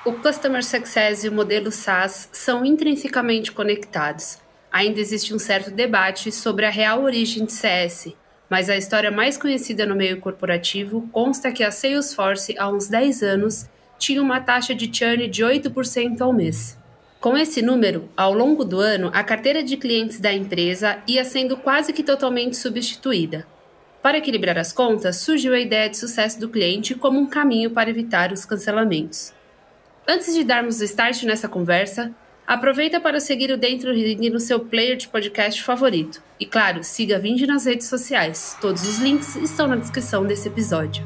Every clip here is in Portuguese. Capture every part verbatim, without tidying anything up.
O Customer Success e o modelo SaaS são intrinsecamente conectados. Ainda existe um certo debate sobre a real origem de C S, mas a história mais conhecida no meio corporativo consta que a Salesforce, há uns dez anos, tinha uma taxa de churn de oito por cento ao mês. Com esse número, ao longo do ano, a carteira de clientes da empresa ia sendo quase que totalmente substituída. Para equilibrar as contas, surgiu a ideia de sucesso do cliente como um caminho para evitar os cancelamentos. Antes de darmos o start nessa conversa, aproveita para seguir o Dentro do Ring no seu player de podcast favorito. E claro, siga a Vindi nas redes sociais. Todos os links estão na descrição desse episódio.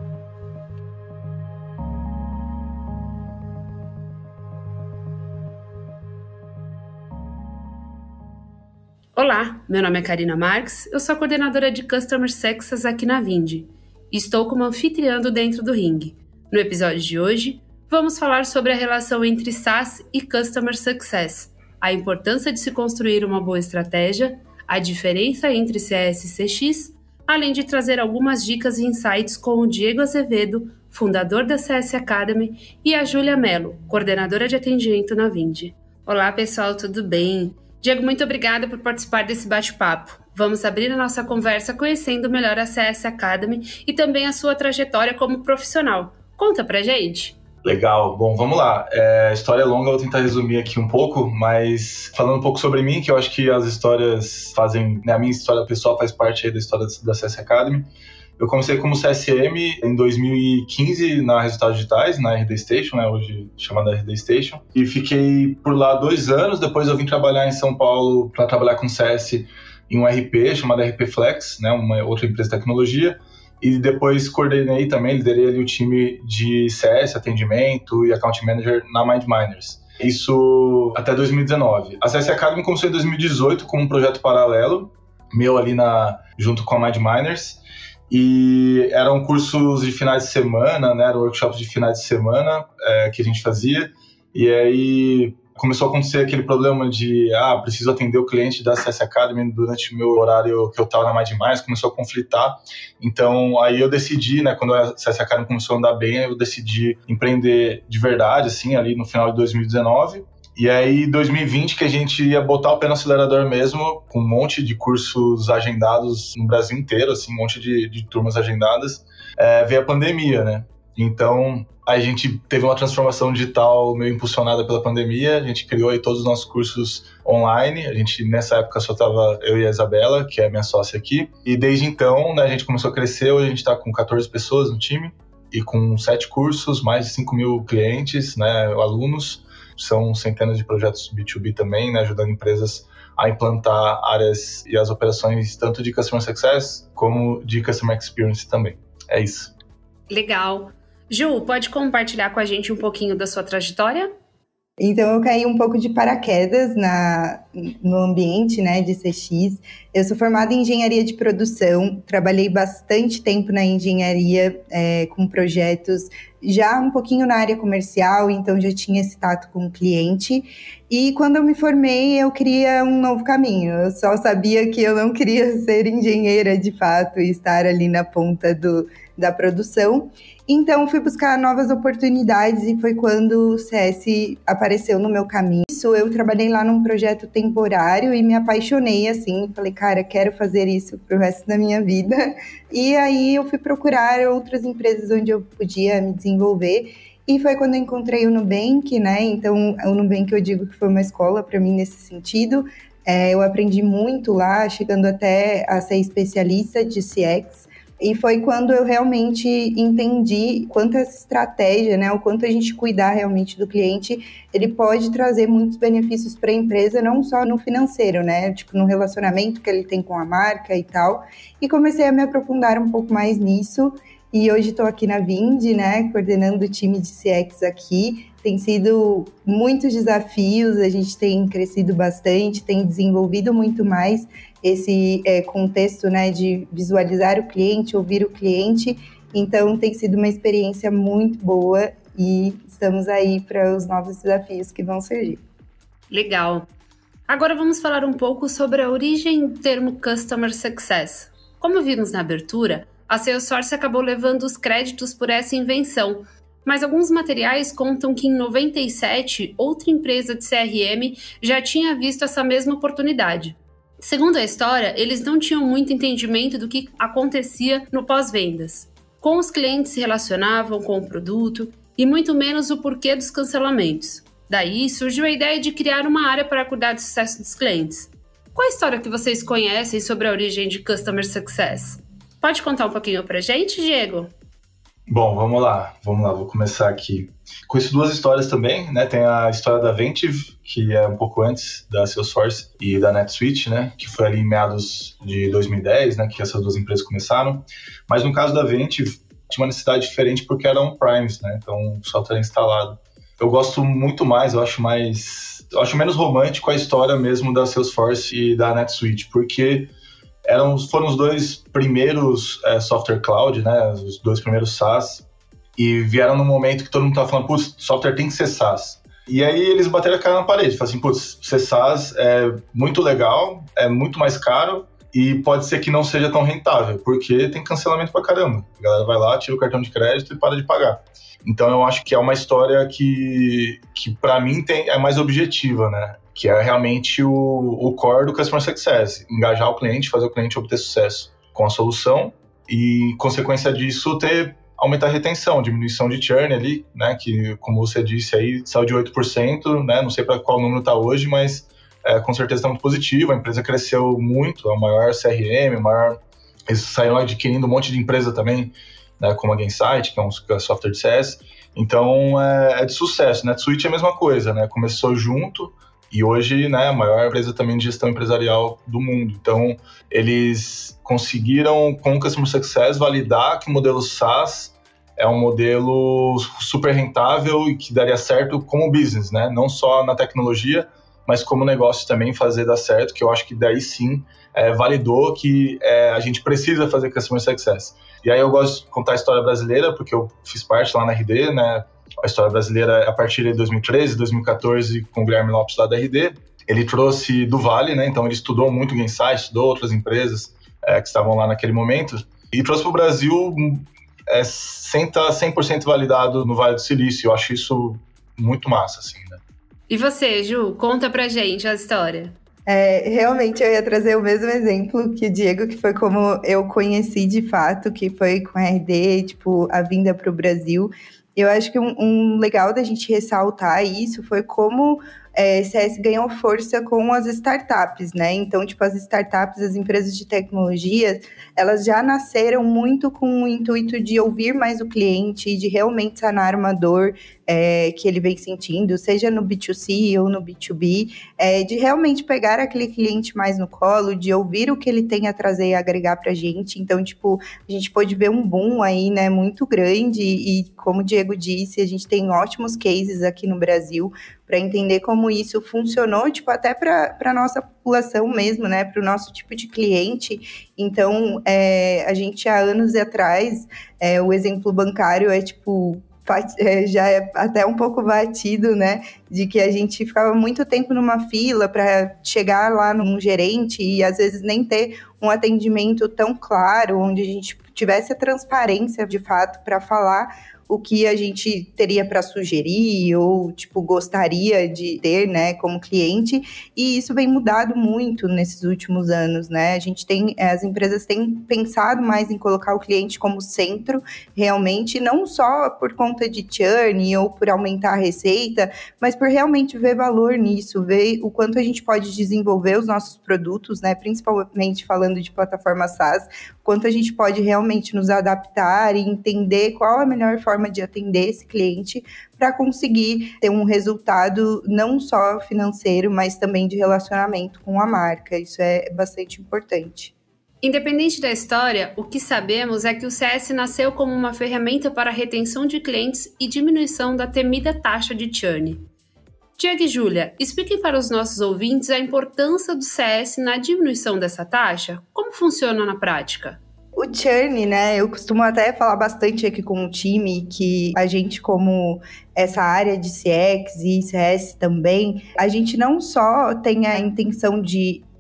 Olá, meu nome é Karina Marques, eu sou a coordenadora de Customer Success aqui na Vindi e estou como anfitriã do Dentro do Ring. No episódio de hoje, vamos falar sobre a relação entre SaaS e Customer Success, a importância de se construir uma boa estratégia, a diferença entre C S e C X, além de trazer algumas dicas e insights com o Diego Azevedo, fundador da C S Academy, e a Júlia Mello, coordenadora de atendimento na Vindi. Olá pessoal, tudo bem? Diego, muito obrigada por participar desse bate-papo. Vamos abrir a nossa conversa conhecendo melhor a C S Academy e também a sua trajetória como profissional. Conta pra gente! Legal, bom, vamos lá. É, a história é longa, eu vou tentar resumir aqui um pouco, mas falando um pouco sobre mim, que eu acho que as histórias fazem, né, a minha história pessoal faz parte aí da história da C S Academy. Eu comecei como C S M em dois mil e quinze na Resultados Digitais, na R D Station, né, hoje chamada R D Station, e fiquei por lá dois anos. Depois eu vim trabalhar em São Paulo para trabalhar com C S em um R P chamado R P Flex, né, uma outra empresa de tecnologia, e depois coordenei também, liderei ali o time de C S, atendimento e Account Manager na MindMiners. Isso até dois mil e dezenove. A C S Academy começou em dois mil e dezoito como um projeto paralelo, meu ali na, junto com a MindMiners. E eram cursos de finais de semana, né? Eram workshops de finais de semana é, que a gente fazia. E aí começou a acontecer aquele problema de, ah, preciso atender o cliente da C S Academy durante o meu horário que eu estava na MindMiners, começou a conflitar. Então, aí eu decidi, né, quando a C S Academy começou a andar bem, eu decidi empreender de verdade, assim, ali no final de dois mil e dezenove. E aí, em dois mil e vinte, que a gente ia botar o pé no acelerador mesmo, com um monte de cursos agendados no Brasil inteiro, assim, um monte de, de turmas agendadas, é, veio a pandemia, né? Então, a gente teve uma transformação digital meio impulsionada pela pandemia, a gente criou aí todos os nossos cursos online, a gente, nessa época, só estava eu e a Isabela, que é a minha sócia aqui, e desde então, né, a gente começou a crescer, hoje a gente está com catorze pessoas no time, e com sete cursos, mais de cinco mil clientes, né, alunos. São centenas de projetos B dois B também, né, ajudando empresas a implantar áreas e as operações tanto de Customer Success como de Customer Experience também. É isso. Legal. Ju, pode compartilhar com a gente um pouquinho da sua trajetória? Então, eu caí um pouco de paraquedas na, no ambiente, né, de C X. Eu sou formada em engenharia de produção, trabalhei bastante tempo na engenharia é, com projetos, já um pouquinho na área comercial, então já tinha esse tato com o cliente. E quando eu me formei, eu queria um novo caminho. Eu só sabia que eu não queria ser engenheira de fato e estar ali na ponta do, da produção. Então, fui buscar novas oportunidades e foi quando o C S apareceu no meu caminho. Isso, eu trabalhei lá num projeto temporário e me apaixonei, assim. Falei, cara, quero fazer isso pro resto da minha vida. E aí, eu fui procurar outras empresas onde eu podia me desenvolver. E foi quando eu encontrei o Nubank, né? Então, o Nubank eu digo que foi uma escola para mim nesse sentido. É, eu aprendi muito lá, chegando até a ser especialista de C X. E foi quando eu realmente entendi quanto essa estratégia, né, o quanto a gente cuidar realmente do cliente, ele pode trazer muitos benefícios para a empresa, não só no financeiro, né, tipo no relacionamento que ele tem com a marca e tal. E comecei a me aprofundar um pouco mais nisso. E hoje estou aqui na Vindi, né, coordenando o time de C X aqui. Tem sido muitos desafios, a gente tem crescido bastante, tem desenvolvido muito mais esse é, contexto, né, de visualizar o cliente, ouvir o cliente. Então, tem sido uma experiência muito boa e estamos aí para os novos desafios que vão surgir. Legal. Agora vamos falar um pouco sobre a origem do termo Customer Success. Como vimos na abertura, a Salesforce acabou levando os créditos por essa invenção, Mas alguns materiais contam que em noventa e sete, outra empresa de C R M já tinha visto essa mesma oportunidade. Segundo a história, eles não tinham muito entendimento do que acontecia no pós-vendas. Como os clientes se relacionavam com o produto e muito menos o porquê dos cancelamentos. Daí surgiu a ideia de criar uma área para cuidar do sucesso dos clientes. Qual a história que vocês conhecem sobre a origem de Customer Success? Pode contar um pouquinho pra gente, Diego? Bom, vamos lá, vamos lá, vou começar aqui. Conheço duas histórias também, né? Tem a história da Ventive, que é um pouco antes da Salesforce e da NetSuite, né? Que foi ali em meados de dois mil e dez, né? Que essas duas empresas começaram. Mas no caso da Ventive, tinha uma necessidade diferente porque era on-premise, né? Então o software era instalado. Eu gosto muito mais, eu acho mais... Eu acho menos romântico a história mesmo da Salesforce e da NetSuite, porque eram, foram os dois primeiros é, software cloud, né? Os dois primeiros SaaS, e vieram num momento que todo mundo estava falando, putz, software tem que ser SaaS. E aí eles bateram a cara na parede, falaram assim, putz, ser SaaS é muito legal, é muito mais caro, e pode ser que não seja tão rentável, porque tem cancelamento pra caramba. A galera vai lá, tira o cartão de crédito e para de pagar. Então eu acho que é uma história que, que para mim tem, é mais objetiva, né? Que é realmente o, o core do Customer Success. Engajar o cliente, fazer o cliente obter sucesso com a solução e, consequência disso, ter, aumentar a retenção, diminuição de churn ali, né? Que, como você disse aí, saiu de oito por cento, né? Não sei para qual número está hoje, mas é, com certeza está muito positivo. A empresa cresceu muito, é o maior C R M, o maior... Eles saíram adquirindo um monte de empresa também, né, como a Gainsight, que é um software de C S. Então, é, é de sucesso. NetSuite é a mesma coisa, né? Começou junto e hoje, né, a maior empresa também de gestão empresarial do mundo. Então, eles conseguiram, com o Customer Success, validar que o modelo SaaS é um modelo super rentável e que daria certo como business, né? Não só na tecnologia, mas como negócio também fazer dar certo, que eu acho que daí sim é, validou que é, a gente precisa fazer Customer Success. E aí eu gosto de contar a história brasileira, porque eu fiz parte lá na R D, né? A história brasileira, a partir de dois mil e treze, dois mil e quatorze, com o Guilherme Lopes lá da R D. Ele trouxe do Vale, né? Então ele estudou muito o Gainsight, estudou outras empresas é, que estavam lá naquele momento. E trouxe para o Brasil é, cem por cento validado no Vale do Silício. Eu acho isso muito massa, assim, né? E você, Ju, conta pra gente a história. É, realmente eu ia trazer o mesmo exemplo que o Diego, que foi como eu conheci de fato, que foi com a R D, tipo, a vinda para o Brasil. Eu acho que um, um legal da gente ressaltar isso foi como é, C S ganhou força com as startups, né? Então, tipo, as startups, as empresas de tecnologia, elas já nasceram muito com o intuito de ouvir mais o cliente, de realmente sanar uma dor é, que ele vem sentindo, seja no B dois C ou no B dois B, é, de realmente pegar aquele cliente mais no colo, de ouvir o que ele tem a trazer e agregar pra gente. Então, tipo, a gente pôde ver um boom aí, né, muito grande e, como o Diego disse, a gente tem ótimos cases aqui no Brasil para entender como isso funcionou, tipo, até para a nossa população mesmo, né, para o nosso tipo de cliente. Então, é, a gente, há anos atrás, é, o exemplo bancário é, tipo, já é até um pouco batido, né, de que a gente ficava muito tempo numa fila para chegar lá num gerente e, às vezes, nem ter um atendimento tão claro, onde a gente tivesse a transparência, de fato, para falar o que a gente teria para sugerir ou, tipo, gostaria de ter, né, como cliente, e isso vem mudado muito nesses últimos anos, né, a gente tem, as empresas têm pensado mais em colocar o cliente como centro, realmente, não só por conta de churn ou por aumentar a receita, mas por realmente ver valor nisso, ver o quanto a gente pode desenvolver os nossos produtos, né, principalmente falando de plataforma SaaS, quanto a gente pode realmente nos adaptar e entender qual a melhor forma de atender esse cliente para conseguir ter um resultado não só financeiro, mas também de relacionamento com a marca. Isso é bastante importante. Independente da história, o que sabemos é que o C S nasceu como uma ferramenta para a retenção de clientes e diminuição da temida taxa de churn. Diego e Júlia, expliquem para os nossos ouvintes a importância do C S na diminuição dessa taxa. Como funciona na prática? O churn, né, eu costumo até falar bastante aqui com o time que a gente, como essa área de C X e C S também, a gente não só tem a intenção de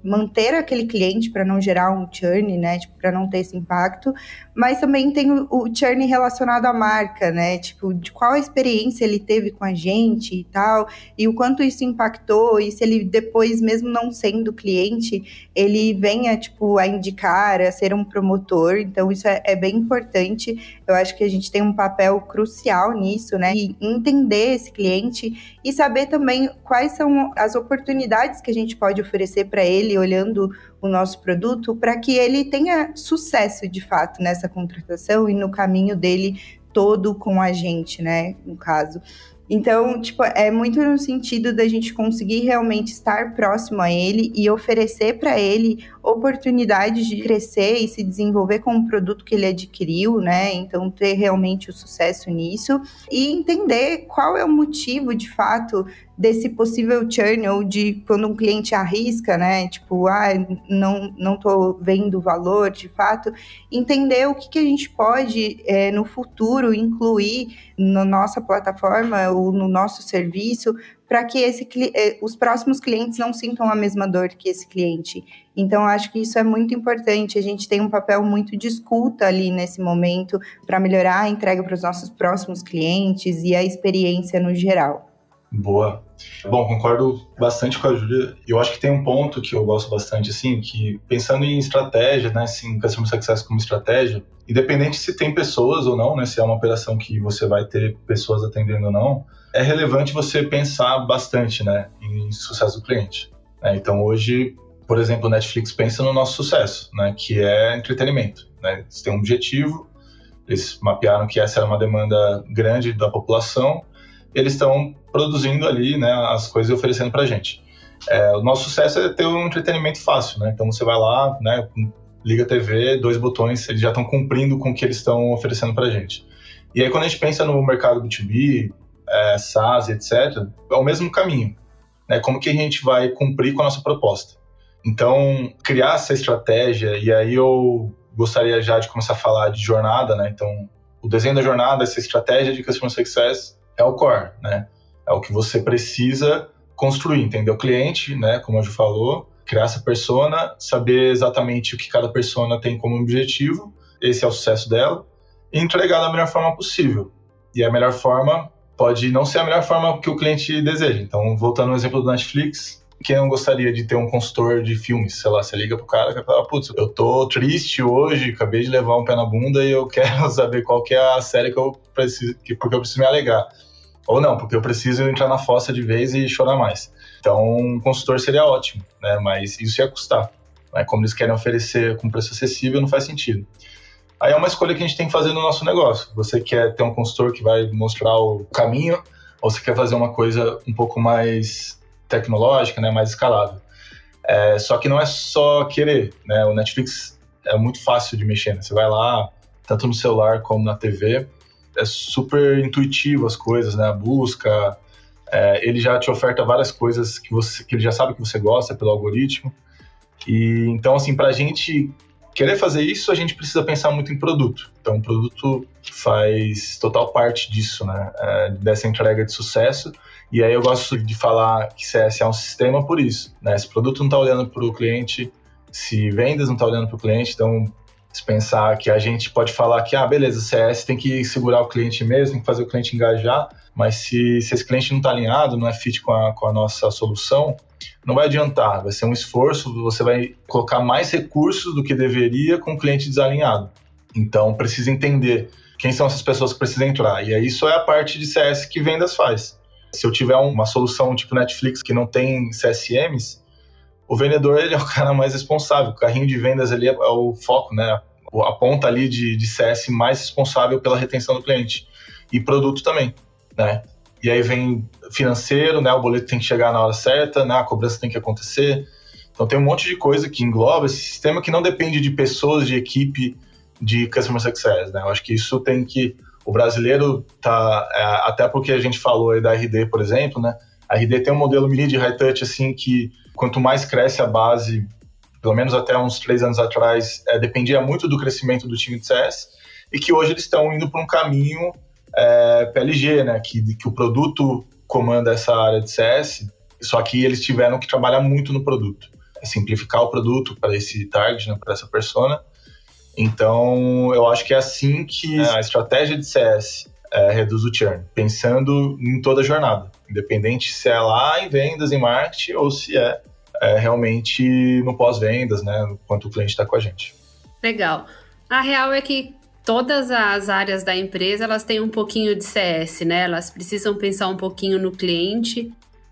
manter aquele cliente para não gerar um churn, né, tipo, para não ter esse impacto, mas também tem o, o churn relacionado à marca, né, tipo, de qual a experiência ele teve com a gente e tal, e o quanto isso impactou, e se ele depois, mesmo não sendo cliente, ele venha, tipo, a indicar, a ser um promotor. Então isso é, é bem importante. Eu acho que a gente tem um papel crucial nisso, né, e entender esse cliente e saber também quais são as oportunidades que a gente pode oferecer para ele, olhando o nosso produto, para que ele tenha sucesso, de fato, nessa contratação e no caminho dele todo com a gente, né, no caso. Então, tipo, é muito no sentido da gente conseguir realmente estar próximo a ele e oferecer para ele oportunidades de crescer e se desenvolver com o produto que ele adquiriu, né? Então, ter realmente o sucesso nisso e entender qual é o motivo, de fato, desse possível churn, ou de quando um cliente arrisca, né? Tipo, ah, não, não tô vendo o valor, de fato. Entender o que, que a gente pode, é, no futuro, incluir na nossa plataforma ou no nosso serviço, para que esse, os próximos clientes não sintam a mesma dor que esse cliente. Então, acho que isso é muito importante. A gente tem um papel muito de escuta ali nesse momento para melhorar a entrega para os nossos próximos clientes e a experiência no geral. Boa. Bom, concordo bastante com a Júlia. Eu acho que tem um ponto que eu gosto bastante, assim, que pensando em estratégia, né, assim, Customer Success como estratégia, independente se tem pessoas ou não, né, se é uma operação que você vai ter pessoas atendendo ou não, é relevante você pensar bastante, né, em sucesso do cliente. Né? Então, hoje, por exemplo, o Netflix pensa no nosso sucesso, né, que é entretenimento. Né? Eles têm um objetivo, eles mapearam que essa era uma demanda grande da população, eles estão produzindo ali, né, as coisas e oferecendo para a gente. É, o nosso sucesso é ter um entretenimento fácil, né? Então você vai lá, né, liga a T V, dois botões, eles já estão cumprindo com o que eles estão oferecendo para a gente. E aí quando a gente pensa no mercado B dois B, é, SaaS, etcétera, é o mesmo caminho. Né? Como que a gente vai cumprir com a nossa proposta? Então, criar essa estratégia, e aí eu gostaria já de começar a falar de jornada, né? Então, o desenho da jornada, essa estratégia de Customer Success é o core, né? É o que você precisa construir, entender o cliente, né? Como a Ju falou, criar essa persona, saber exatamente o que cada persona tem como objetivo, esse é o sucesso dela, e entregar da melhor forma possível. E a melhor forma pode não ser a melhor forma que o cliente deseja. Então, voltando ao exemplo do Netflix, quem não gostaria de ter um consultor de filmes? Sei lá, você liga pro cara e fala, putz, eu tô triste hoje, acabei de levar um pé na bunda e eu quero saber qual que é a série que eu preciso, porque eu preciso me alegar. Ou não, porque eu preciso entrar na fossa de vez e chorar mais. Então, um consultor seria ótimo, né? Mas isso ia custar. Né? Como eles querem oferecer com preço acessível, não faz sentido. Aí é uma escolha que a gente tem que fazer no nosso negócio. Você quer ter um consultor que vai mostrar o caminho, ou você quer fazer uma coisa um pouco mais tecnológica, né? Mais escalável. É, só que não é só querer, né? O Netflix é muito fácil de mexer, né? Você vai lá, tanto no celular como na T V, é super intuitivo as coisas, né? A busca, é, ele já te oferta várias coisas que, você, que ele já sabe que você gosta pelo algoritmo. E então, assim, pra gente querer fazer isso, a gente precisa pensar muito em produto. Então, o produto faz total parte disso, né? É, dessa entrega de sucesso. E aí eu gosto de falar que C S é um sistema por isso, né? Se o produto não está olhando para o cliente, se vendas não está olhando para o cliente, então se pensar que a gente pode falar que, ah, beleza, C S tem que segurar o cliente mesmo, tem que fazer o cliente engajar, mas se, se esse cliente não está alinhado, não é fit com a, com a nossa solução, não vai adiantar, vai ser um esforço, você vai colocar mais recursos do que deveria com o cliente desalinhado. Então, precisa entender quem são essas pessoas que precisam entrar. E aí, isso é a parte de C S que vendas faz. Se eu tiver uma solução tipo Netflix que não tem C S Ms, o vendedor ele é o cara mais responsável. O carrinho de vendas ali é o foco, né? A ponta ali de, de C S mais responsável pela retenção do cliente. E produto também, né? E aí vem financeiro, né? O boleto tem que chegar na hora certa, né? A cobrança tem que acontecer. Então tem um monte de coisa que engloba esse sistema que não depende de pessoas, de equipe, de Customer Success, né? Eu acho que isso tem que... O brasileiro tá... É, até porque a gente falou aí da R D, por exemplo, né? A R D tem um modelo mid high touch, assim, que quanto mais cresce a base, pelo menos até uns três anos atrás, é, dependia muito do crescimento do time de C S, e que hoje eles estão indo para um caminho é, P L G, né? Que, que o produto comanda essa área de C S, só que eles tiveram que trabalhar muito no produto. simplificar o produto para esse target, né, para essa persona. Então, eu acho que é assim que a estratégia de C S é, reduz o churn, pensando em toda a jornada, independente se é lá em vendas, em marketing, ou se é, é realmente no pós-vendas, né, enquanto o cliente está com a gente. Legal. A real é que todas as áreas da empresa, elas têm um pouquinho de C S, né? Elas precisam pensar um pouquinho no cliente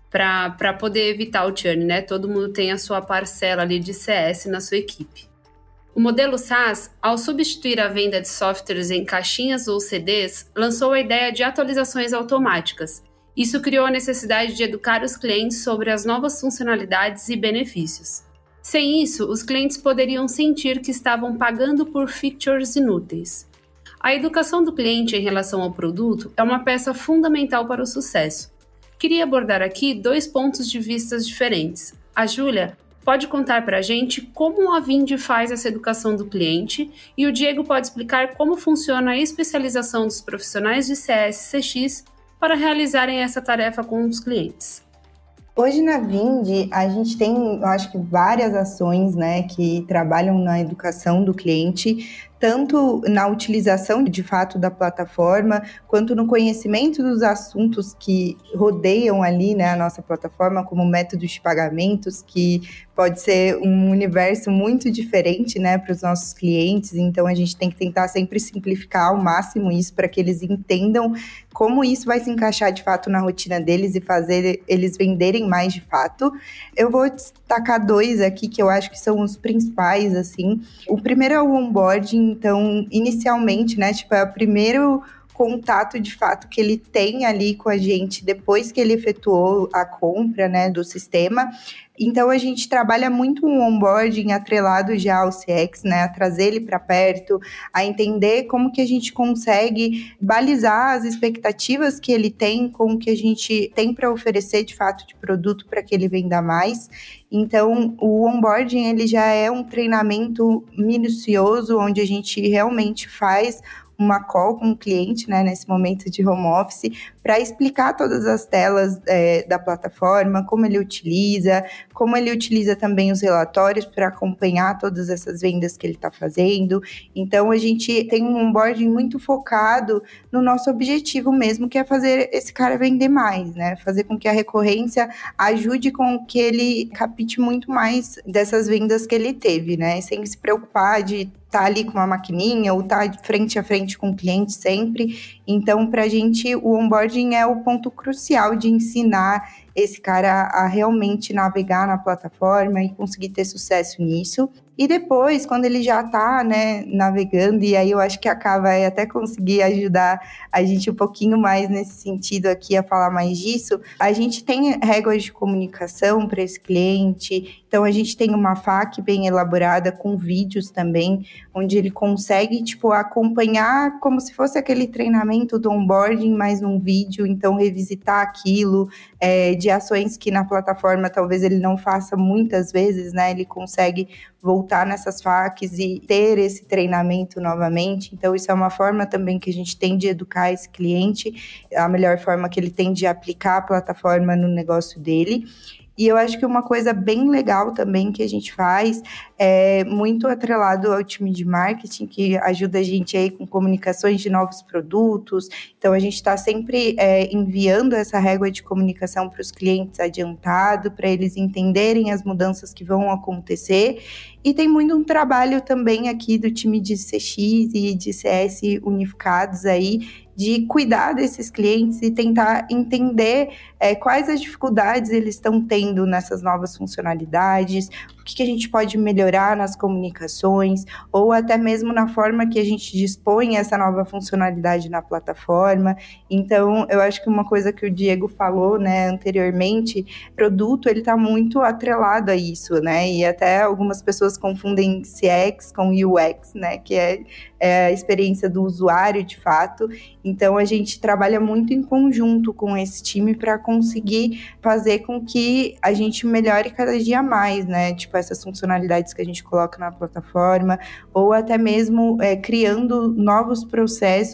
para poder evitar o churn, né? Todo mundo tem a sua parcela ali de C S na sua equipe. O modelo SaaS, ao substituir a venda de softwares em caixinhas ou C Ds, lançou a ideia de atualizações automáticas. Isso criou a necessidade de educar os clientes sobre as novas funcionalidades e benefícios. Sem isso, os clientes poderiam sentir que estavam pagando por features inúteis. A educação do cliente em relação ao produto é uma peça fundamental para o sucesso. Queria abordar aqui dois pontos de vista diferentes. A Júlia pode contar para a gente como a Vindi faz essa educação do cliente e o Diego pode explicar como funciona a especialização dos profissionais de C S C X para realizarem essa tarefa com os clientes. Hoje na Vindi, a gente tem, eu acho que várias ações, né, que trabalham na educação do cliente, tanto na utilização de fato da plataforma, quanto no conhecimento dos assuntos que rodeiam ali, né, a nossa plataforma, como métodos de pagamentos, que pode ser um universo muito diferente, né, para os nossos clientes. Então a gente tem que tentar sempre simplificar ao máximo isso para que eles entendam como isso vai se encaixar de fato na rotina deles e fazer eles venderem mais de fato. Eu vou destacar dois aqui que eu acho que são os principais, assim. O primeiro é o onboarding. Então, inicialmente, né, tipo, é o primeiro contato de fato que ele tem ali com a gente depois que ele efetuou a compra, né, do sistema. Então, a gente trabalha muito um onboarding atrelado já ao C X, né, a trazer ele para perto, a entender como que a gente consegue balizar as expectativas que ele tem com o que a gente tem para oferecer de fato de produto para que ele venda mais. Então, o onboarding ele já é um treinamento minucioso, onde a gente realmente faz uma call com o cliente, né, nesse momento de home office, para explicar todas as telas é, da plataforma, como ele utiliza, como ele utiliza também os relatórios para acompanhar todas essas vendas que ele está fazendo. Então, a gente tem um onboarding muito focado no nosso objetivo mesmo, que é fazer esse cara vender mais, né? Fazer com que a recorrência ajude com que ele capte muito mais dessas vendas que ele teve, né? Sem se preocupar de tá ali com uma maquininha ou tá frente a frente com o cliente sempre. Então, para a gente, o onboarding é o ponto crucial de ensinar esse cara a realmente navegar na plataforma e conseguir ter sucesso nisso. E depois, quando ele já está, né, navegando, e aí eu acho que a Ká vai até conseguir ajudar a gente um pouquinho mais nesse sentido aqui a falar mais disso, a gente tem regras de comunicação para esse cliente. Então, a gente tem uma F A Q bem elaborada com vídeos também, onde ele consegue, tipo, acompanhar como se fosse aquele treinamento do onboarding, mas num vídeo, então revisitar aquilo, é, de ações que na plataforma talvez ele não faça muitas vezes, né? Ele consegue voltar nessas F A Qs e ter esse treinamento novamente. Então, isso é uma forma também que a gente tem de educar esse cliente, a melhor forma que ele tem de aplicar a plataforma no negócio dele. E eu acho que uma coisa bem legal também que a gente faz é muito atrelado ao time de marketing, que ajuda a gente aí com comunicações de novos produtos. Então, a gente está sempre é, enviando essa régua de comunicação para os clientes adiantado, para eles entenderem as mudanças que vão acontecer. E tem muito um trabalho também aqui do time de C X e de C S unificados aí, de cuidar desses clientes e tentar entender é, quais as dificuldades eles estão tendo nessas novas funcionalidades, o que, que a gente pode melhorar nas comunicações, ou até mesmo na forma que a gente dispõe essa nova funcionalidade na plataforma. Então, eu acho que uma coisa que o Diego falou, né, anteriormente, produto, ele está muito atrelado a isso, né, e até algumas pessoas confundem C X com U X, né, que é, é a experiência do usuário, de fato. Então, a gente trabalha muito em conjunto com esse time para conseguir fazer com que a gente melhore cada dia mais, né? Tipo, essas funcionalidades que a gente coloca na plataforma, ou até mesmo é, criando novos processos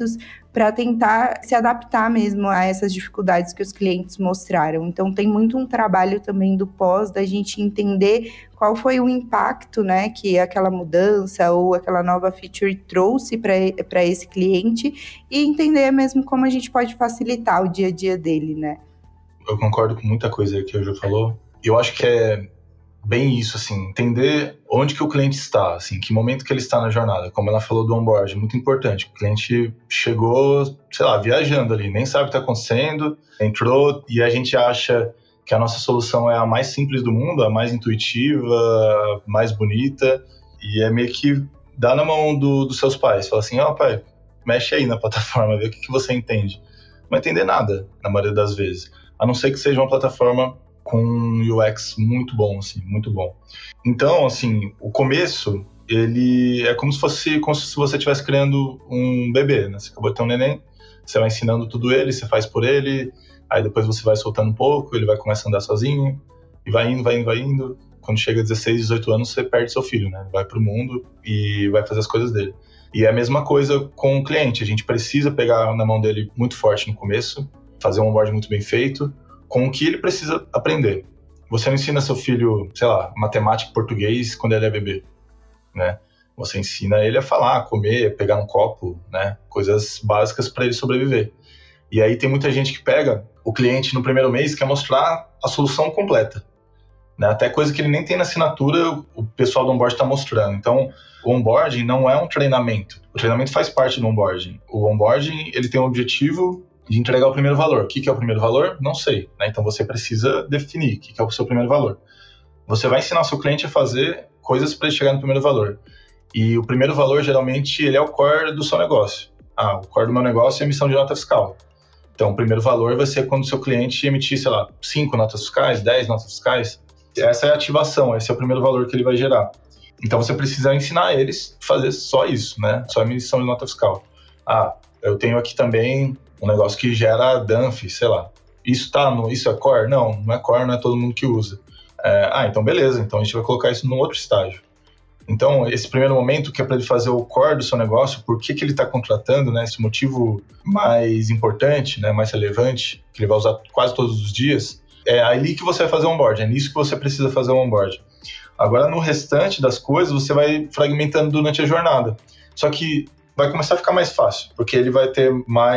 para tentar se adaptar mesmo a essas dificuldades que os clientes mostraram. Então, tem muito um trabalho também do pós, da gente entender qual foi o impacto, né, que aquela mudança ou aquela nova feature trouxe para esse cliente e entender mesmo como a gente pode facilitar o dia a dia dele, né? Eu concordo com muita coisa que o Ju falou. Eu acho que é bem isso, assim, entender onde que o cliente está, assim, que momento que ele está na jornada. Como ela falou do onboard, muito importante. O cliente chegou, sei lá, viajando ali, nem sabe o que está acontecendo, entrou e a gente acha que a nossa solução é a mais simples do mundo, a mais intuitiva, mais bonita, e é meio que dá na mão do, dos seus pais. Fala assim, ó, oh, pai, mexe aí na plataforma, vê o que, que você entende. Não vai entender nada, na maioria das vezes. A não ser que seja uma plataforma com um U X muito bom, assim, muito bom. Então, assim, o começo, ele é como se fosse como se você estivesse criando um bebê, né? Você acabou de ter um neném, você vai ensinando tudo ele, você faz por ele, aí depois você vai soltando um pouco, ele vai começar a andar sozinho, e vai indo, vai indo, vai indo. Quando chega a dezesseis, dezoito anos, você perde seu filho, né? Ele vai pro mundo e vai fazer as coisas dele. E é a mesma coisa com o cliente, a gente precisa pegar na mão dele muito forte no começo, fazer um onboard muito bem feito, com o que ele precisa aprender. Você não ensina seu filho, sei lá, matemática e português quando ele é bebê, né? Você ensina ele a falar, a comer, pegar um copo, né? Coisas básicas para ele sobreviver. E aí tem muita gente que pega o cliente no primeiro mês e quer mostrar a solução completa, né? Até coisa que ele nem tem na assinatura, o pessoal do onboard está mostrando. Então, o onboarding não é um treinamento. O treinamento faz parte do onboarding. O onboarding, ele tem um objetivo de entregar o primeiro valor. O que é o primeiro valor? Não sei, né? Então você precisa definir o que é o seu primeiro valor. Você vai ensinar o seu cliente a fazer coisas para ele chegar no primeiro valor. E o primeiro valor, geralmente, ele é o core do seu negócio. Ah, o core do meu negócio é a emissão de nota fiscal. Então, o primeiro valor vai ser quando o seu cliente emitir, sei lá, cinco notas fiscais, dez notas fiscais. Essa é a ativação, esse é o primeiro valor que ele vai gerar. Então, você precisa ensinar eles a fazer só isso, né? Só a emissão de nota fiscal. Ah, eu tenho aqui também um negócio que gera D A N F, sei lá. Isso, tá no, isso é core? Não, não é core, não é todo mundo que usa. É, ah, então beleza, então a gente vai colocar isso num outro estágio. Então, esse primeiro momento que é para ele fazer o core do seu negócio, por que, que ele está contratando, né, esse motivo mais importante, né, mais relevante, que ele vai usar quase todos os dias, é ali que você vai fazer o onboard, é nisso que você precisa fazer o onboard. Agora, no restante das coisas, você vai fragmentando durante a jornada. Só que vai começar a ficar mais fácil, porque ele vai ter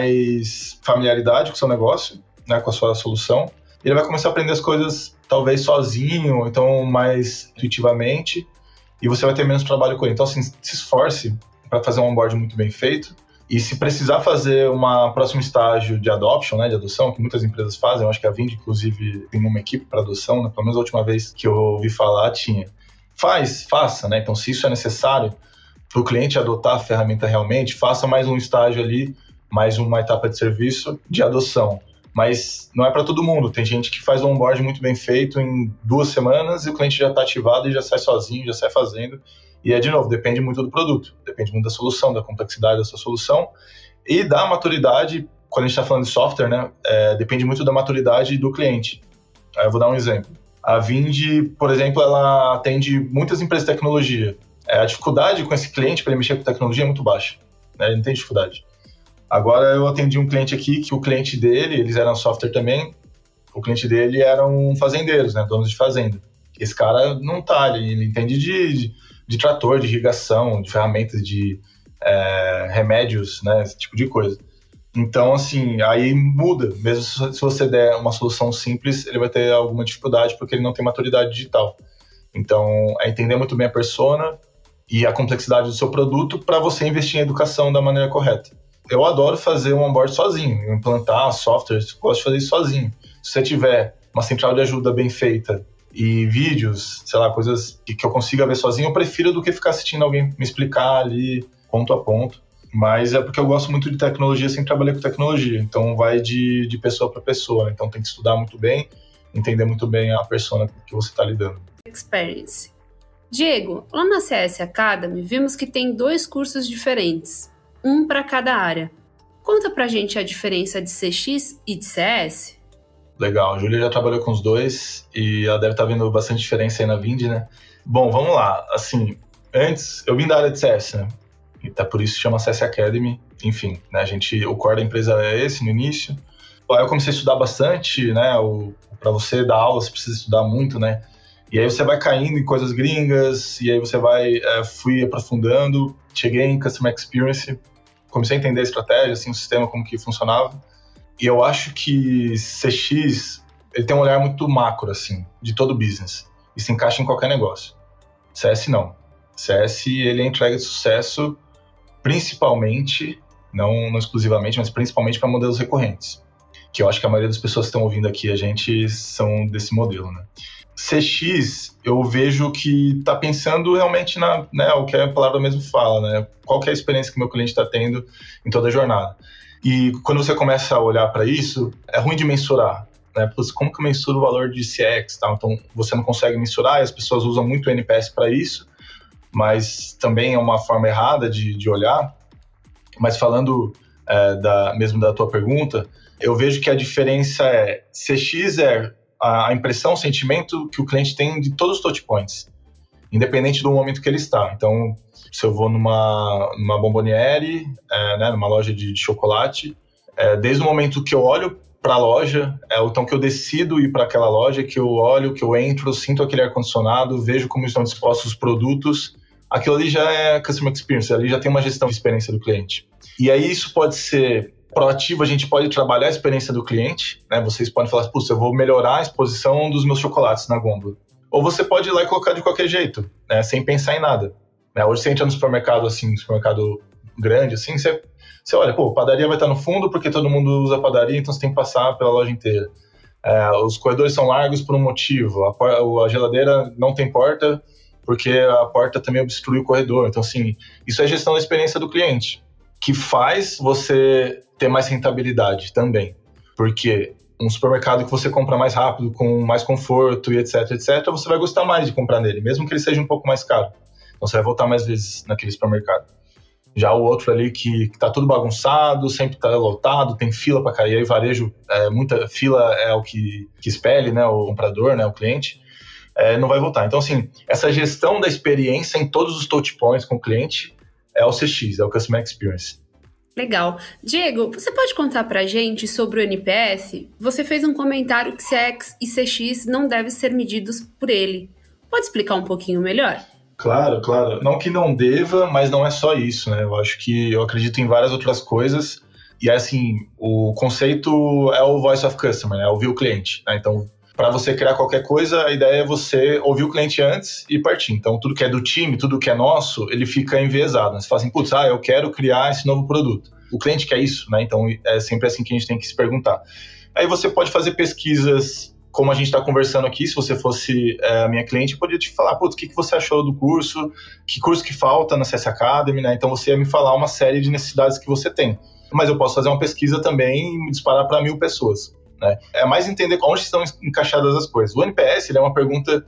mais familiaridade com o seu negócio, né, com a sua solução. Ele vai começar a aprender as coisas, talvez sozinho, ou então mais intuitivamente, e você vai ter menos trabalho com ele. Então, assim, se esforce para fazer um onboard muito bem feito, e se precisar fazer um próximo estágio de adoption, né, de adoção, que muitas empresas fazem, eu acho que a Vind, inclusive, tem uma equipe para adoção, né, pelo menos a última vez que eu ouvi falar, tinha. Faz, faça, né, então se isso é necessário, para o cliente adotar a ferramenta realmente, faça mais um estágio ali, mais uma etapa de serviço de adoção. Mas não é para todo mundo. Tem gente que faz um onboard muito bem feito em duas semanas e o cliente já está ativado e já sai sozinho, já sai fazendo. E é, de novo, depende muito do produto, depende muito da solução, da complexidade da sua solução e da maturidade. Quando a gente está falando de software, né, é, depende muito da maturidade do cliente. Aí eu vou dar um exemplo. A Vind, por exemplo, ela atende muitas empresas de tecnologia. A dificuldade com esse cliente para ele mexer com tecnologia é muito baixa, né? Ele não tem dificuldade. Agora eu atendi um cliente aqui que o cliente dele, eles eram software também, o cliente dele eram fazendeiros, né? Donos de fazenda. Esse cara não tá, ele, ele entende de, de, de trator, de irrigação, de ferramentas, de é, remédios, né? Esse tipo de coisa. Então, assim, aí muda. Mesmo se você der uma solução simples, ele vai ter alguma dificuldade porque ele não tem maturidade digital. Então, é entender muito bem a persona e a complexidade do seu produto para você investir em educação da maneira correta. Eu adoro fazer um onboard sozinho, implantar softwares, gosto de fazer isso sozinho. Se você tiver uma central de ajuda bem feita e vídeos, sei lá, coisas que eu consiga ver sozinho, eu prefiro do que ficar assistindo alguém me explicar ali, ponto a ponto. Mas é porque eu gosto muito de tecnologia, sempre trabalhei com tecnologia, então vai de, de pessoa para pessoa, então tem que estudar muito bem, entender muito bem a persona que você está lidando. Experience. Diego, lá na C S Academy vimos que tem dois cursos diferentes, um para cada área. Conta pra gente a diferença de C X e de C S. Legal, a Júlia já trabalhou com os dois e ela deve estar vendo bastante diferença aí na Vind, né? Bom, vamos lá. Assim, antes, eu vim da área de C S, né? E tá por isso que chama C S Academy. Enfim, né, a gente, o core da empresa é esse no início. Aí eu comecei a estudar bastante, né? Para você dar aula, você precisa estudar muito, né? E aí você vai caindo em coisas gringas, e aí você vai, é, fui aprofundando, cheguei em Customer Experience, comecei a entender a estratégia, assim, o sistema, como que funcionava. E eu acho que C X, ele tem um olhar muito macro, assim, de todo o business, e se encaixa em qualquer negócio. C S não. C S, ele é entrega de sucesso, principalmente, não, não exclusivamente, mas principalmente para modelos recorrentes, que eu acho que a maioria das pessoas que estão ouvindo aqui a gente são desse modelo, né? C X, eu vejo que está pensando realmente na, né, o que a palavra mesmo fala, né? Qual que é a experiência que o meu cliente está tendo em toda a jornada. E quando você começa a olhar para isso, é ruim de mensurar, né? Como que eu mensuro o valor de C X? Tá? Então, você não consegue mensurar, e as pessoas usam muito o N P S para isso, mas também é uma forma errada de, de olhar. Mas falando é, da, mesmo da tua pergunta, eu vejo que a diferença é, C X é a impressão, o sentimento que o cliente tem de todos os touch points, independente do momento que ele está. Então, se eu vou numa, numa bomboniere, é, né, numa loja de, de chocolate, é, desde o momento que eu olho para a loja, é, então que eu decido ir para aquela loja, que eu olho, que eu entro, sinto aquele ar-condicionado, vejo como estão dispostos os produtos, aquilo ali já é Customer Experience, ali já tem uma gestão de experiência do cliente. E aí isso pode ser proativo, a gente pode trabalhar a experiência do cliente, né? Vocês podem falar, putz, eu vou melhorar a exposição dos meus chocolates na gôndola. Ou você pode ir lá e colocar de qualquer jeito, né? Sem pensar em nada. Né? Hoje você entra no supermercado, assim, no supermercado grande, assim, você, você olha, pô, padaria vai estar no fundo porque todo mundo usa padaria, então você tem que passar pela loja inteira. É, os corredores são largos por um motivo, a, a geladeira não tem porta porque a porta também obstrui o corredor. Então, assim, isso é gestão da experiência do cliente, que faz você ter mais rentabilidade também. Porque um supermercado que você compra mais rápido, com mais conforto e etc, etcétera, você vai gostar mais de comprar nele, mesmo que ele seja um pouco mais caro. Então você vai voltar mais vezes naquele supermercado. Já o outro ali que, que tá tudo bagunçado, sempre tá lotado, tem fila para cair, aí varejo, é, muita fila é o que, que espelhe, né, o comprador, né, o cliente, é, não vai voltar. Então, assim, essa gestão da experiência em todos os touch points com o cliente é o C X, é o Customer Experience. Legal. Diego, você pode contar pra gente sobre o N P S? Você fez um comentário que C X e C X não devem ser medidos por ele. Pode explicar um pouquinho melhor? Claro, claro. Não que não deva, mas não é só isso, né? Eu acho que eu acredito em várias outras coisas. E assim, o conceito é o Voice of Customer, né? Ouvir o cliente. Né? Então, para você criar qualquer coisa, a ideia é você ouvir o cliente antes e partir. Então, tudo que é do time, tudo que é nosso, ele fica enviesado. Né? Você fala assim, putz, ah, eu quero criar esse novo produto. O cliente quer isso, né? Então, é sempre assim que a gente tem que se perguntar. Aí você pode fazer pesquisas, como a gente está conversando aqui. Se você fosse é, a minha cliente, eu poderia te falar, putz, o que, que você achou do curso? Que curso que falta na C S Academy, né? Então, você ia me falar uma série de necessidades que você tem. Mas eu posso fazer uma pesquisa também e me disparar para mil pessoas. Né? É mais entender onde estão encaixadas as coisas. O N P S ele é uma pergunta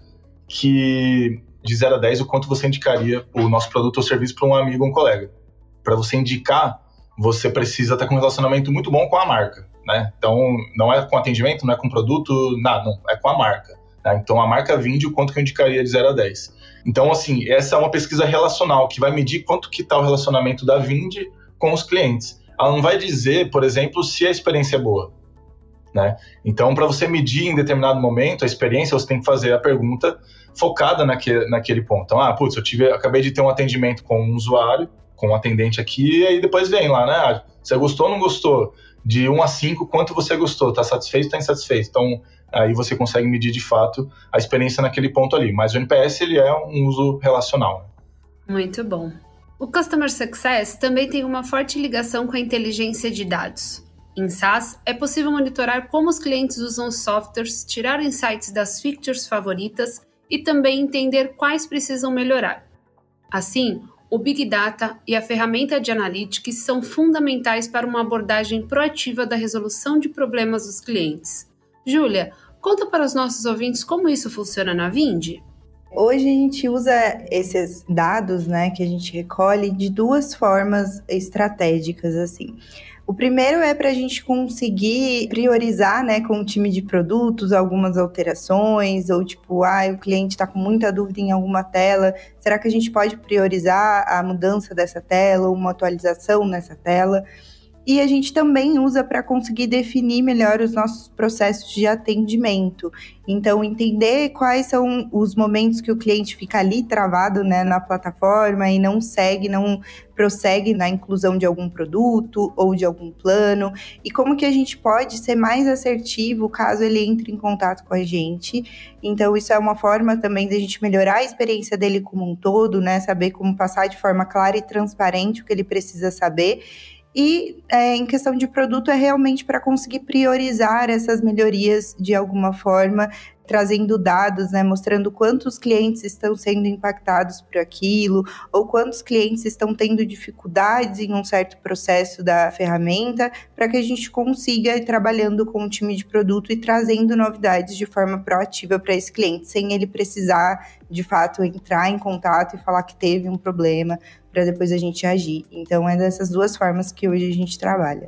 que, de zero a dez, o quanto você indicaria o nosso produto ou serviço para um amigo ou um colega. Para você indicar, você precisa estar com um relacionamento muito bom com a marca. Né? Então, não é com atendimento, não é com produto, nada, não, é com a marca. Né? Então, a marca vende o quanto que eu indicaria de zero a dez. Então, assim, essa é uma pesquisa relacional que vai medir quanto que está o relacionamento da Vindi com os clientes. Ela não vai dizer, por exemplo, se a experiência é boa. Né? Então, para você medir em determinado momento a experiência, você tem que fazer a pergunta focada naquele, naquele ponto. Então, ah, putz, eu tive, acabei de ter um atendimento com um usuário, com um atendente aqui, e aí depois vem lá, né? Ah, você gostou ou não gostou? De um a cinco, quanto você gostou? Está satisfeito ou está insatisfeito? Então, aí você consegue medir de fato a experiência naquele ponto ali. Mas o N P S, ele é um uso relacional. Muito bom. O Customer Success também tem uma forte ligação com a inteligência de dados. Em SaaS, é possível monitorar como os clientes usam os softwares, tirar insights das features favoritas e também entender quais precisam melhorar. Assim, o Big Data e a ferramenta de Analytics são fundamentais para uma abordagem proativa da resolução de problemas dos clientes. Júlia, conta para os nossos ouvintes como isso funciona na Vindi. Hoje a gente usa esses dados, né, que a gente recolhe de duas formas estratégicas, assim. O primeiro é para a gente conseguir priorizar, né, com o time de produtos, algumas alterações, ou tipo, ah, o cliente está com muita dúvida em alguma tela, será que a gente pode priorizar a mudança dessa tela ou uma atualização nessa tela? E a gente também usa para conseguir definir melhor os nossos processos de atendimento. Então, entender quais são os momentos que o cliente fica ali travado, né, na plataforma e não segue, não prossegue na inclusão de algum produto ou de algum plano. E como que a gente pode ser mais assertivo caso ele entre em contato com a gente. Então, isso é uma forma também de a gente melhorar a experiência dele como um todo, né, saber como passar de forma clara e transparente o que ele precisa saber. E é, em questão de produto é realmente para conseguir priorizar essas melhorias de alguma forma, trazendo dados, né, mostrando quantos clientes estão sendo impactados por aquilo, ou quantos clientes estão tendo dificuldades em um certo processo da ferramenta, para que a gente consiga ir trabalhando com o time de produto e trazendo novidades de forma proativa para esse cliente, sem ele precisar, de fato, entrar em contato e falar que teve um problema, para depois a gente agir. Então, é dessas duas formas que hoje a gente trabalha.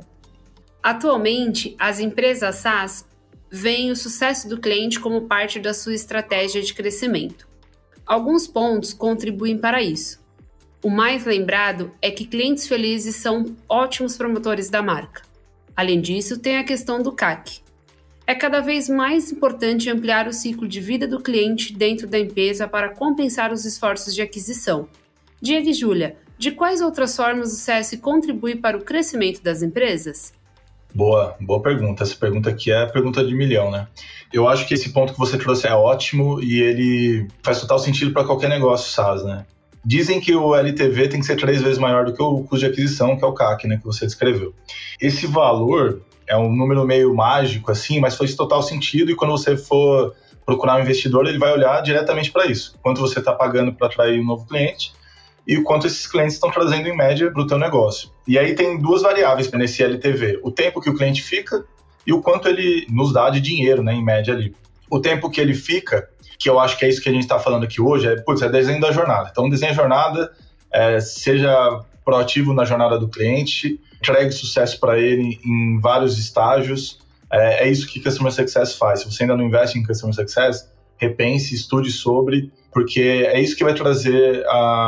Atualmente, as empresas SaaS veem o sucesso do cliente como parte da sua estratégia de crescimento. Alguns pontos contribuem para isso. O mais lembrado é que clientes felizes são ótimos promotores da marca. Além disso, tem a questão do C A C. É cada vez mais importante ampliar o ciclo de vida do cliente dentro da empresa para compensar os esforços de aquisição. Diego e Júlia, de quais outras formas o C S contribui para o crescimento das empresas? Boa, boa pergunta. Essa pergunta aqui é a pergunta de milhão, né? Eu acho que esse ponto que você trouxe é ótimo e ele faz total sentido para qualquer negócio SaaS, né? Dizem que o L T V tem que ser três vezes maior do que o custo de aquisição, que é o C A C, né, que você descreveu. Esse valor é um número meio mágico, assim, mas faz total sentido e quando você for procurar um investidor, ele vai olhar diretamente para isso. Quanto você está pagando para atrair um novo cliente e o quanto esses clientes estão trazendo em média para o teu negócio. E aí tem duas variáveis nesse L T V, o tempo que o cliente fica e o quanto ele nos dá de dinheiro, né, em média ali. O tempo que ele fica, que eu acho que é isso que a gente está falando aqui hoje, é, putz, é desenho da jornada. Então, desenho a jornada, é, seja proativo na jornada do cliente, entregue sucesso para ele em vários estágios. É, é isso que Customer Success faz. Se você ainda não investe em Customer Success, repense, estude sobre, porque é isso que vai trazer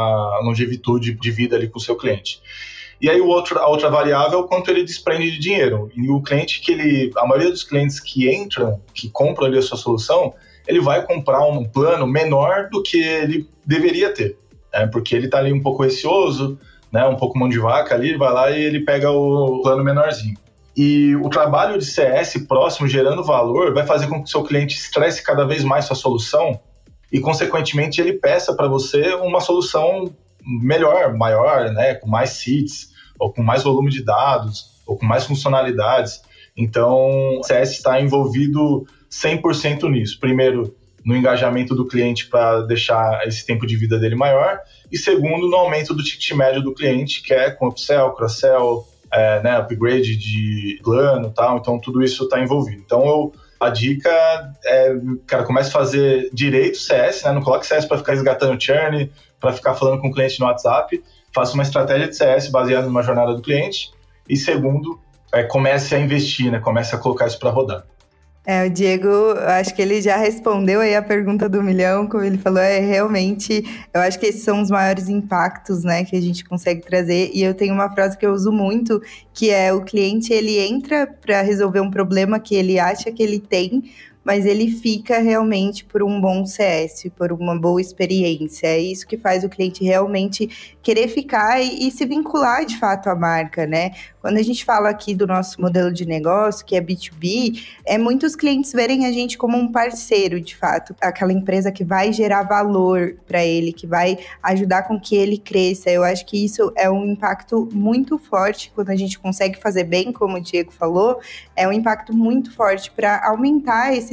a longevitude de vida ali com o seu cliente. E aí o outro, a outra variável é o quanto ele desprende de dinheiro. E o cliente que ele, a maioria dos clientes que entram, que compram ali a sua solução, ele vai comprar um plano menor do que ele deveria ter, né? Porque ele está ali um pouco receoso, né? Um pouco mão de vaca ali, ele vai lá e ele pega o plano menorzinho. E o trabalho de C S próximo, gerando valor, vai fazer com que o seu cliente estresse cada vez mais sua solução e, consequentemente, ele peça para você uma solução melhor, maior, né, com mais seats, ou com mais volume de dados, ou com mais funcionalidades. Então, o C S está envolvido cem por cento nisso. Primeiro, no engajamento do cliente para deixar esse tempo de vida dele maior, e segundo, no aumento do ticket médio do cliente, que é com upsell, cross-sell, é, né, upgrade de plano e tal. Então, tudo isso está envolvido. Então, eu, a dica é, cara, comece a fazer direito C S, né? Não coloque C S para ficar resgatando churn, para ficar falando com o cliente no WhatsApp. Faça uma estratégia de C S baseada numa jornada do cliente. E segundo, é, comece a investir, né? Comece a colocar isso para rodar. É, o Diego, acho que ele já respondeu aí a pergunta do milhão, como ele falou, é realmente, eu acho que esses são os maiores impactos, né, que a gente consegue trazer, e eu tenho uma frase que eu uso muito, que é o cliente, ele entra para resolver um problema que ele acha que ele tem, mas ele fica realmente por um bom C S, por uma boa experiência. É isso que faz o cliente realmente querer ficar e, e se vincular de fato à marca, né? Quando a gente fala aqui do nosso modelo de negócio, que é B dois B, é muitos clientes verem a gente como um parceiro, de fato. Aquela empresa que vai gerar valor para ele, que vai ajudar com que ele cresça. Eu acho que isso é um impacto muito forte quando a gente consegue fazer bem, como o Diego falou, é um impacto muito forte para aumentar esse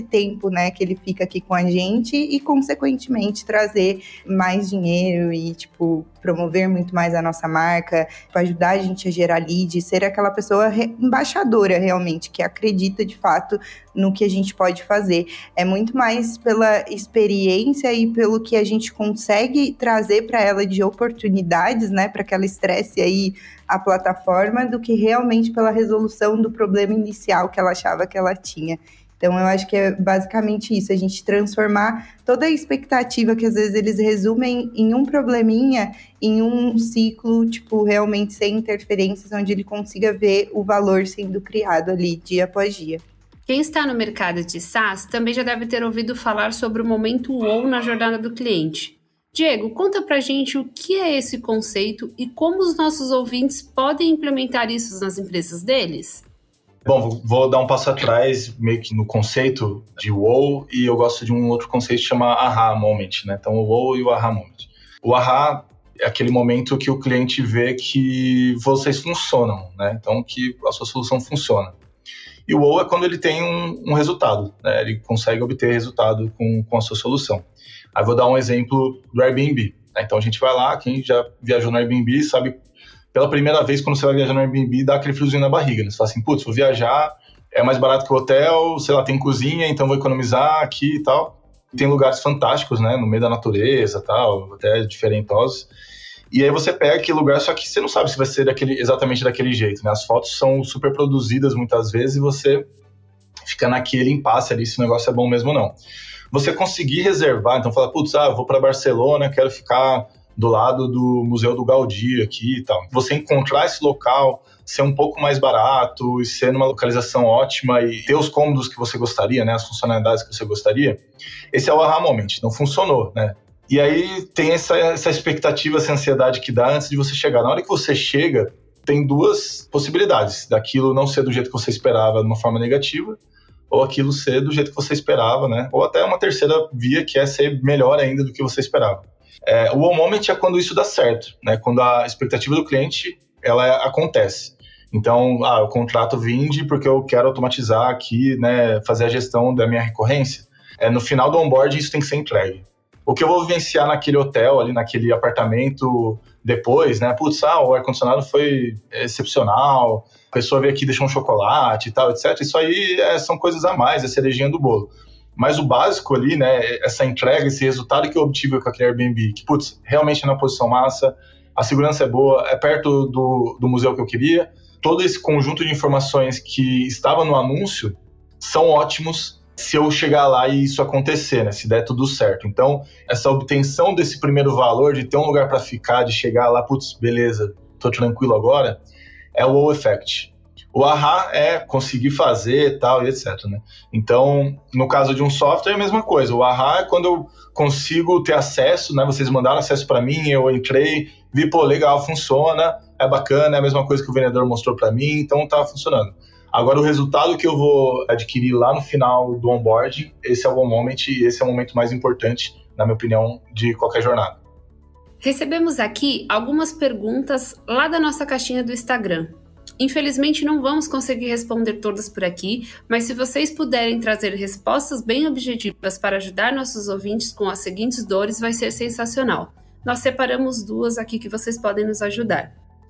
tempo, né, que ele fica aqui com a gente e, consequentemente, trazer mais dinheiro e, tipo, promover muito mais a nossa marca, ajudar a gente a gerar lead, ser aquela pessoa re- embaixadora, realmente, que acredita, de fato, no que a gente pode fazer. É muito mais pela experiência e pelo que a gente consegue trazer para ela de oportunidades, né, para que ela estresse aí a plataforma, do que realmente pela resolução do problema inicial que ela achava que ela tinha. Então, eu acho que é basicamente isso, a gente transformar toda a expectativa que às vezes eles resumem em um probleminha, em um ciclo, tipo, realmente sem interferências, onde ele consiga ver o valor sendo criado ali dia após dia. Quem está no mercado de SaaS também já deve ter ouvido falar sobre o momento wow na jornada do cliente. Diego, conta pra gente o que é esse conceito e como os nossos ouvintes podem implementar isso nas empresas deles? Bom, vou dar um passo atrás, meio que no conceito de wow, e eu gosto de um outro conceito que chama aha moment, né? Então, o wow e o aha moment. O aha é aquele momento que o cliente vê que vocês funcionam, né? Então, que a sua solução funciona. E o wow é quando ele tem um, um resultado, né? Ele consegue obter resultado com, com a sua solução. Aí vou dar um exemplo do Airbnb, né? Então, a gente vai lá, quem já viajou no Airbnb sabe, pela primeira vez, quando você vai viajar no Airbnb, dá aquele friozinho na barriga, né? Você fala assim, putz, vou viajar, é mais barato que o hotel, sei lá, tem cozinha, então vou economizar aqui e tal. Tem lugares fantásticos, né, no meio da natureza e tal, até diferentosos. E aí você pega aquele lugar, só que você não sabe se vai ser daquele, exatamente daquele jeito, né? As fotos são super produzidas muitas vezes e você fica naquele impasse ali se o negócio é bom mesmo ou não. Você conseguir reservar, então falar, putz, ah, vou para Barcelona, quero ficar do lado do Museu do Gaudí aqui e tal. Você encontrar esse local, ser um pouco mais barato e ser numa localização ótima e ter os cômodos que você gostaria, né, as funcionalidades que você gostaria, esse é o aha moment, não funcionou, né? E aí tem essa, essa expectativa, essa ansiedade que dá antes de você chegar. Na hora que você chega, tem duas possibilidades, daquilo não ser do jeito que você esperava de uma forma negativa, ou aquilo ser do jeito que você esperava, né? Ou até uma terceira via, que é ser melhor ainda do que você esperava. É, o wow moment é quando isso dá certo, né? Quando a expectativa do cliente, ela acontece. Então, ah, o contrato vinde porque eu quero automatizar aqui, né, fazer a gestão da minha recorrência. É, no final do onboarding, isso tem que ser entregue. O que eu vou vivenciar naquele hotel, ali naquele apartamento depois, né? Putz, ah, o ar-condicionado foi excepcional, a pessoa veio aqui e deixou um chocolate e tal, etcétera. Isso aí é, são coisas a mais, é cerejinha do bolo. Mas o básico ali, né, essa entrega, esse resultado que eu obtive com aquele Airbnb, que, putz, realmente é na posição massa, a segurança é boa, é perto do, do museu que eu queria, todo esse conjunto de informações que estava no anúncio são ótimos se eu chegar lá e isso acontecer, né, se der tudo certo. Então, essa obtenção desse primeiro valor, de ter um lugar para ficar, de chegar lá, putz, beleza, tô tranquilo agora, é o wow effect. O aha é conseguir fazer e tal, e etcétera, né? Então, no caso de um software, é a mesma coisa. O aha é quando eu consigo ter acesso, né? Vocês mandaram acesso para mim, eu entrei, vi, pô, legal, funciona, é bacana, é a mesma coisa que o vendedor mostrou para mim, então tá funcionando. Agora, o resultado que eu vou adquirir lá no final do onboarding, esse é o moment e esse é o momento mais importante, na minha opinião, de qualquer jornada. Recebemos aqui algumas perguntas lá da nossa caixinha do Instagram. Infelizmente, não vamos conseguir responder todas por aqui, mas se vocês puderem trazer respostas bem objetivas para ajudar nossos ouvintes com as seguintes dores, vai ser sensacional. Nós separamos duas aqui que vocês podem nos ajudar.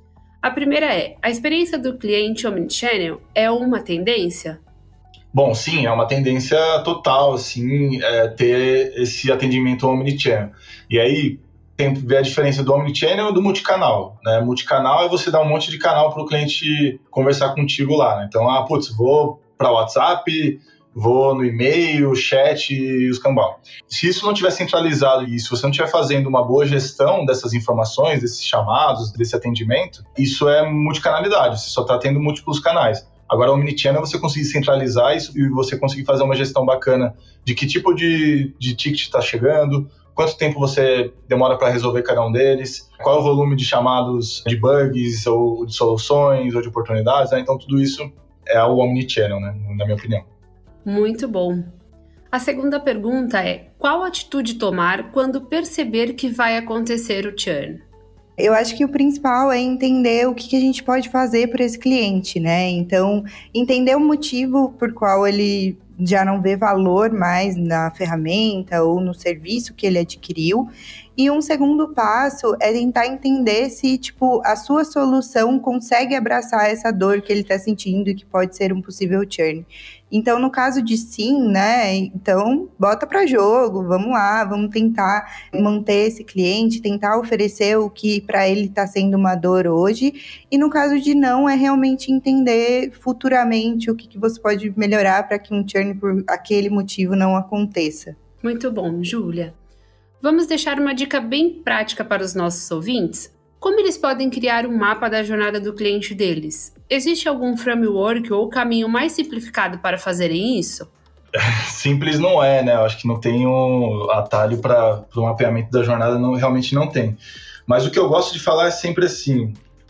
A primeira é, a experiência do cliente Omnichannel é uma tendência? Bom, sim, é uma tendência total, assim, é, ter esse atendimento Omnichannel. E aí, tem que ver a diferença do Omnichannel e do multicanal, né? Multicanal é você dar um monte de canal para o cliente conversar contigo lá, né? Então, ah, putz, vou para o WhatsApp, vou no e-mail, chat e os cambal. Se isso não estiver centralizado e se você não estiver fazendo uma boa gestão dessas informações, desses chamados, desse atendimento, isso é multicanalidade, você só está tendo múltiplos canais. Agora, o Omnichannel é você conseguir centralizar isso e você conseguir fazer uma gestão bacana de que tipo de, de ticket está chegando, quanto tempo você demora para resolver cada um deles, qual é o volume de chamados de bugs ou de soluções ou de oportunidades, né? Então tudo isso é o Omnichannel, né? Na minha opinião. Muito bom. A segunda pergunta é, qual atitude tomar quando perceber que vai acontecer o churn? Eu acho que o principal é entender o que, que a gente pode fazer para esse cliente, né? Então, entender o motivo por qual ele já não vê valor mais na ferramenta ou no serviço que ele adquiriu. E um segundo passo é tentar entender se, tipo, a sua solução consegue abraçar essa dor que ele está sentindo e que pode ser um possível churn. Então, no caso de sim, né, então bota para jogo, vamos lá, vamos tentar manter esse cliente, tentar oferecer o que para ele está sendo uma dor hoje. E no caso de não, é realmente entender futuramente o que, que você pode melhorar para que um churn por aquele motivo não aconteça. Muito bom, Júlia. Vamos deixar uma dica bem prática para os nossos ouvintes? Como eles podem criar um mapa da jornada do cliente deles? Existe algum framework ou caminho mais simplificado para fazerem isso? Simples não é, né? Eu acho que não tem um atalho para o mapeamento da jornada, não, realmente não tem. Mas o que eu gosto de falar é sempre assim,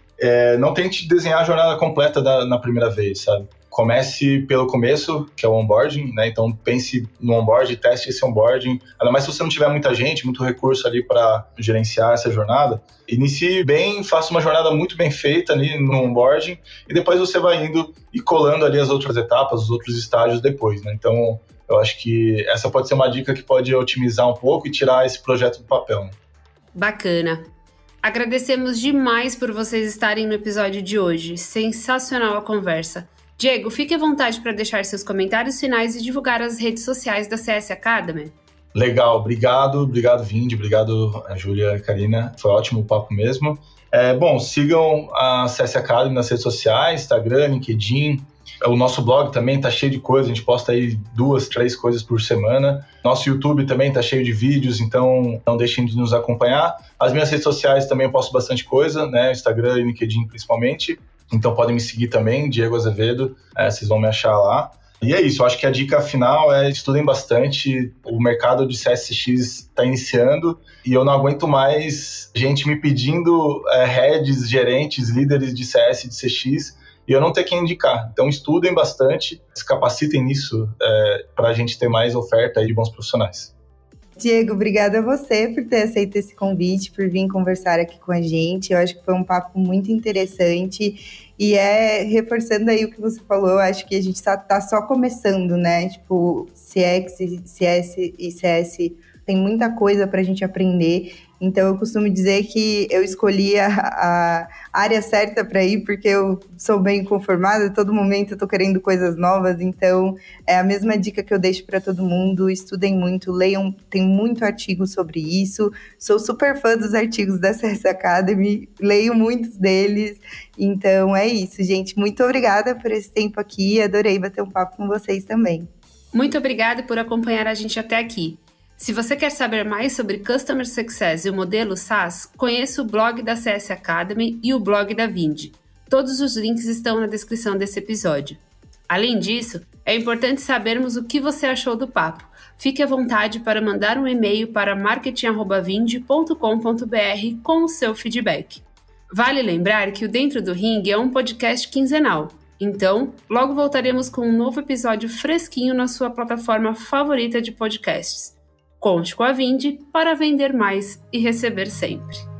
é, não tente desenhar a jornada completa da, na primeira vez, sabe? Comece pelo começo, que é o onboarding, né? Então pense no onboarding, teste esse onboarding. Ainda mais se você não tiver muita gente, muito recurso ali para gerenciar essa jornada. Inicie bem, faça uma jornada muito bem feita ali no onboarding e depois você vai indo e colando ali as outras etapas, os outros estágios depois, né? Então, eu acho que essa pode ser uma dica que pode otimizar um pouco e tirar esse projeto do papel. Né? Bacana. Agradecemos demais por vocês estarem no episódio de hoje. Sensacional a conversa. Diego, fique à vontade para deixar seus comentários finais e divulgar as redes sociais da C S Academy. Legal, obrigado, obrigado Vindy, obrigado Júlia e Karina, foi ótimo o papo mesmo. É, bom, sigam a C S Academy nas redes sociais, Instagram, LinkedIn, o nosso blog também tá cheio de coisas, a gente posta aí duas, três coisas por semana. Nosso YouTube também tá cheio de vídeos, então não deixem de nos acompanhar. As minhas redes sociais também eu posto bastante coisa, né, Instagram e LinkedIn principalmente. Então podem me seguir também, Diego Azevedo, é, vocês vão me achar lá. E é isso, eu acho que a dica final é estudem bastante, o mercado de C S X está iniciando e eu não aguento mais gente me pedindo é, heads, gerentes, líderes de C S e de C X e eu não ter quem indicar. Então estudem bastante, se capacitem nisso é, para a gente ter mais oferta aí de bons profissionais. Diego, obrigada a você por ter aceito esse convite, por vir conversar aqui com a gente. Eu acho que foi um papo muito interessante e é, reforçando aí o que você falou, eu acho que a gente tá, tá só começando, né? Tipo, C X, C S e C S tem muita coisa pra gente aprender. Então, eu costumo dizer que eu escolhi a, a área certa para ir, porque eu sou bem conformada, a todo momento eu tô querendo coisas novas, então é a mesma dica que eu deixo para todo mundo, estudem muito, leiam, tem muito artigo sobre isso, sou super fã dos artigos da C S Academy, leio muitos deles, então é isso, gente, muito obrigada por esse tempo aqui, adorei bater um papo com vocês também. Muito obrigada por acompanhar a gente até aqui. Se você quer saber mais sobre Customer Success e o modelo SaaS, conheça o blog da C S Academy e o blog da Vindy. Todos os links estão na descrição desse episódio. Além disso, é importante sabermos o que você achou do papo. Fique à vontade para mandar um e-mail para marketing arroba vindy ponto com ponto b r com o seu feedback. Vale lembrar que o Dentro do Ring é um podcast quinzenal. Então, logo voltaremos com um novo episódio fresquinho na sua plataforma favorita de podcasts. Conte com a Vindy para vender mais e receber sempre.